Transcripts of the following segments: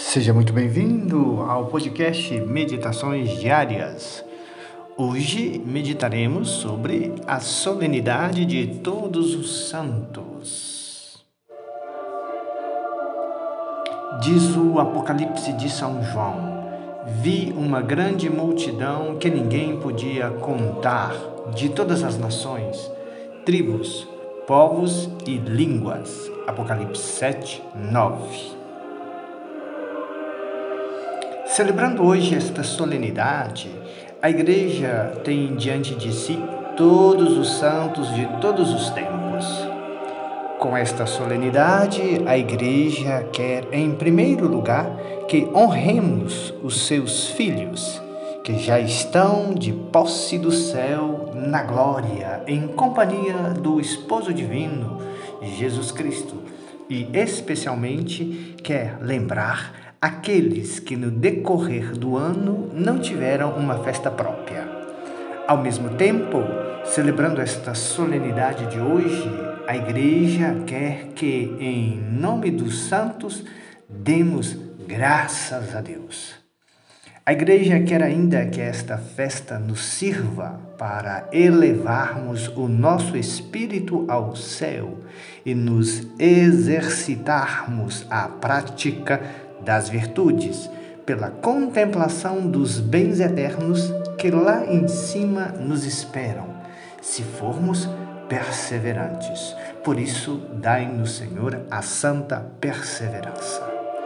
Seja muito bem-vindo ao podcast Meditações Diárias. Hoje meditaremos sobre a solenidade de Todos os Santos. Diz o Apocalipse de São João: vi uma grande multidão que ninguém podia contar, de todas as nações, tribos, povos e línguas. Apocalipse 7, 9. Celebrando hoje esta solenidade, a Igreja tem diante de si todos os santos de todos os tempos. Com esta solenidade, a Igreja quer, em primeiro lugar, que honremos os seus filhos, que já estão de posse do céu na glória, em companhia do Esposo Divino, Jesus Cristo, e especialmente quer lembrar aqueles que no decorrer do ano não tiveram uma festa própria. Ao mesmo tempo, celebrando esta solenidade de hoje, a Igreja quer que, em nome dos santos, demos graças a Deus. A Igreja quer ainda que esta festa nos sirva para elevarmos o nosso espírito ao céu e nos exercitarmos à prática das virtudes, pela contemplação dos bens eternos que lá em cima nos esperam, se formos perseverantes. Por isso, dai-nos, Senhor, a santa perseverança.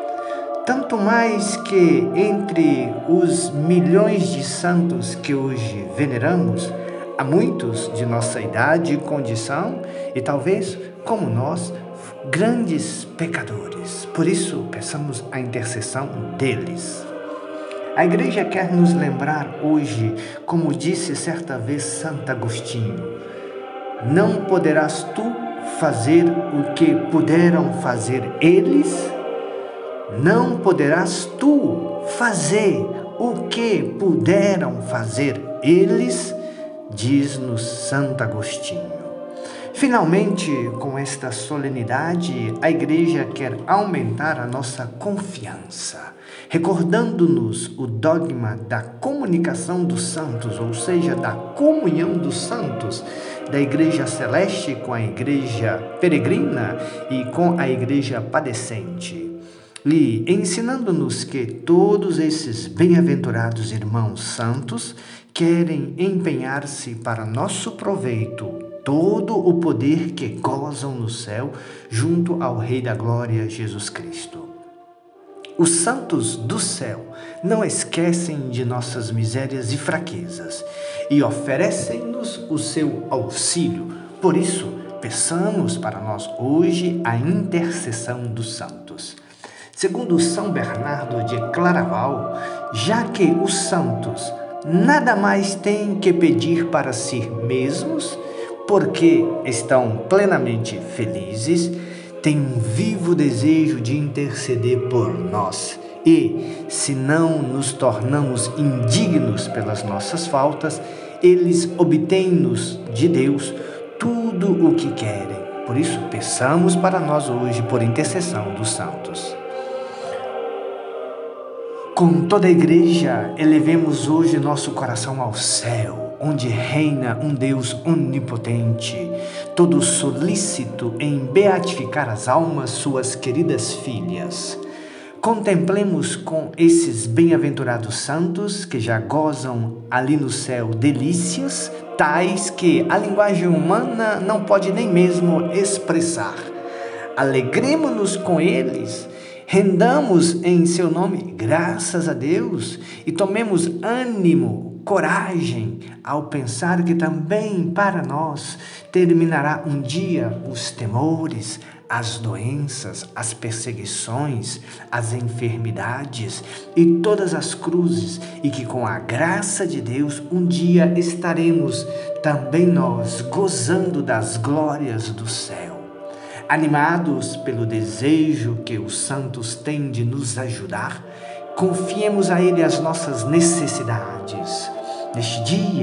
Tanto mais que entre os milhões de santos que hoje veneramos, há muitos de nossa idade e condição, e talvez, como nós, grandes pecadores. Por isso, peçamos a intercessão deles. A Igreja quer nos lembrar hoje, como disse certa vez Santo Agostinho: não poderás tu fazer o que puderam fazer eles? Não poderás tu fazer o que puderam fazer eles? Diz-nos Santo Agostinho. Finalmente, com esta solenidade, a Igreja quer aumentar a nossa confiança, recordando-nos o dogma da comunicação dos santos, ou seja, da comunhão dos santos, da Igreja Celeste com a Igreja Peregrina e com a Igreja Padecente. E ensinando-nos que todos esses bem-aventurados irmãos santos querem empenhar-se para nosso proveito todo o poder que gozam no céu junto ao Rei da Glória, Jesus Cristo. Os santos do céu não esquecem de nossas misérias e fraquezas e oferecem-nos o seu auxílio. Por isso, peçamos para nós hoje a intercessão dos santos. Segundo São Bernardo de Claraval, já que os santos nada mais têm que pedir para si mesmos, porque estão plenamente felizes, têm um vivo desejo de interceder por nós. E, se não nos tornamos indignos pelas nossas faltas, eles obtêm-nos de Deus tudo o que querem. Por isso, peçamos para nós hoje por intercessão dos santos. Com toda a Igreja, elevemos hoje nosso coração ao céu, onde reina um Deus onipotente, todo solícito em beatificar as almas, suas queridas filhas. Contemplemos com esses bem-aventurados santos que já gozam ali no céu delícias, tais que a linguagem humana não pode nem mesmo expressar. Alegremo-nos com eles, rendamos em seu nome graças a Deus e tomemos ânimo, coragem, ao pensar que também para nós terminará um dia os temores, as doenças, as perseguições, as enfermidades e todas as cruzes, e que com a graça de Deus um dia estaremos também nós gozando das glórias do céu. Animados pelo desejo que os santos têm de nos ajudar, confiemos a Ele as nossas necessidades. Neste dia,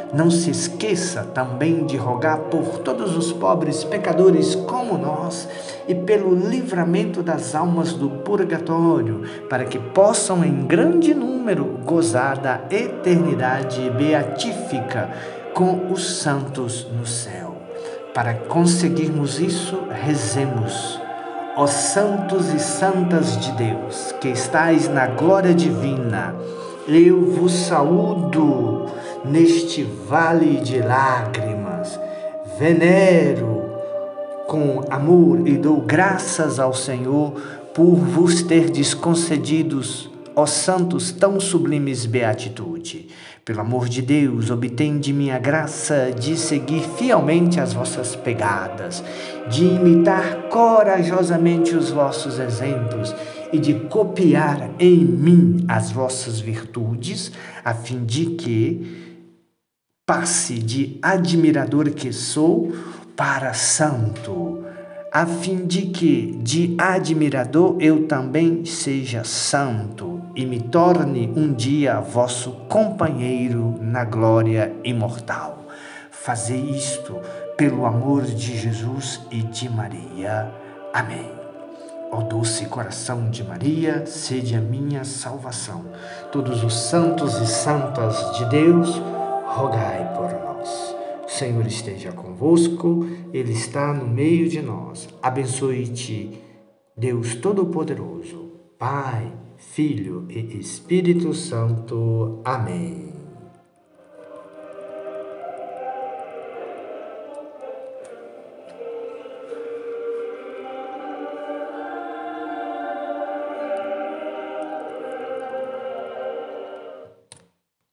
não se esqueça também de rogar por todos os pobres pecadores como nós e pelo livramento das almas do purgatório, para que possam em grande número gozar da eternidade beatífica com os santos no céu. Para conseguirmos isso, rezemos. Ó santos e santas de Deus, que estais na glória divina, eu vos saúdo neste vale de lágrimas, venero com amor e dou graças ao Senhor por vos terdes concedidos, ó santos, tão sublimes beatitude. Pelo amor de Deus, obtende minha graça de seguir fielmente as vossas pegadas, de imitar corajosamente os vossos exemplos e de copiar em mim as vossas virtudes, a fim de que passe de admirador que sou para santo, a fim de que de admirador eu também seja santo e me torne um dia vosso companheiro na glória imortal. Fazei isto pelo amor de Jesus e de Maria. Amém. Ó doce coração de Maria, sede a minha salvação. Todos os santos e santas de Deus, rogai por nós. O Senhor esteja convosco, Ele está no meio de nós. Abençoe-te, Deus Todo-Poderoso, Pai, Filho e Espírito Santo. Amém.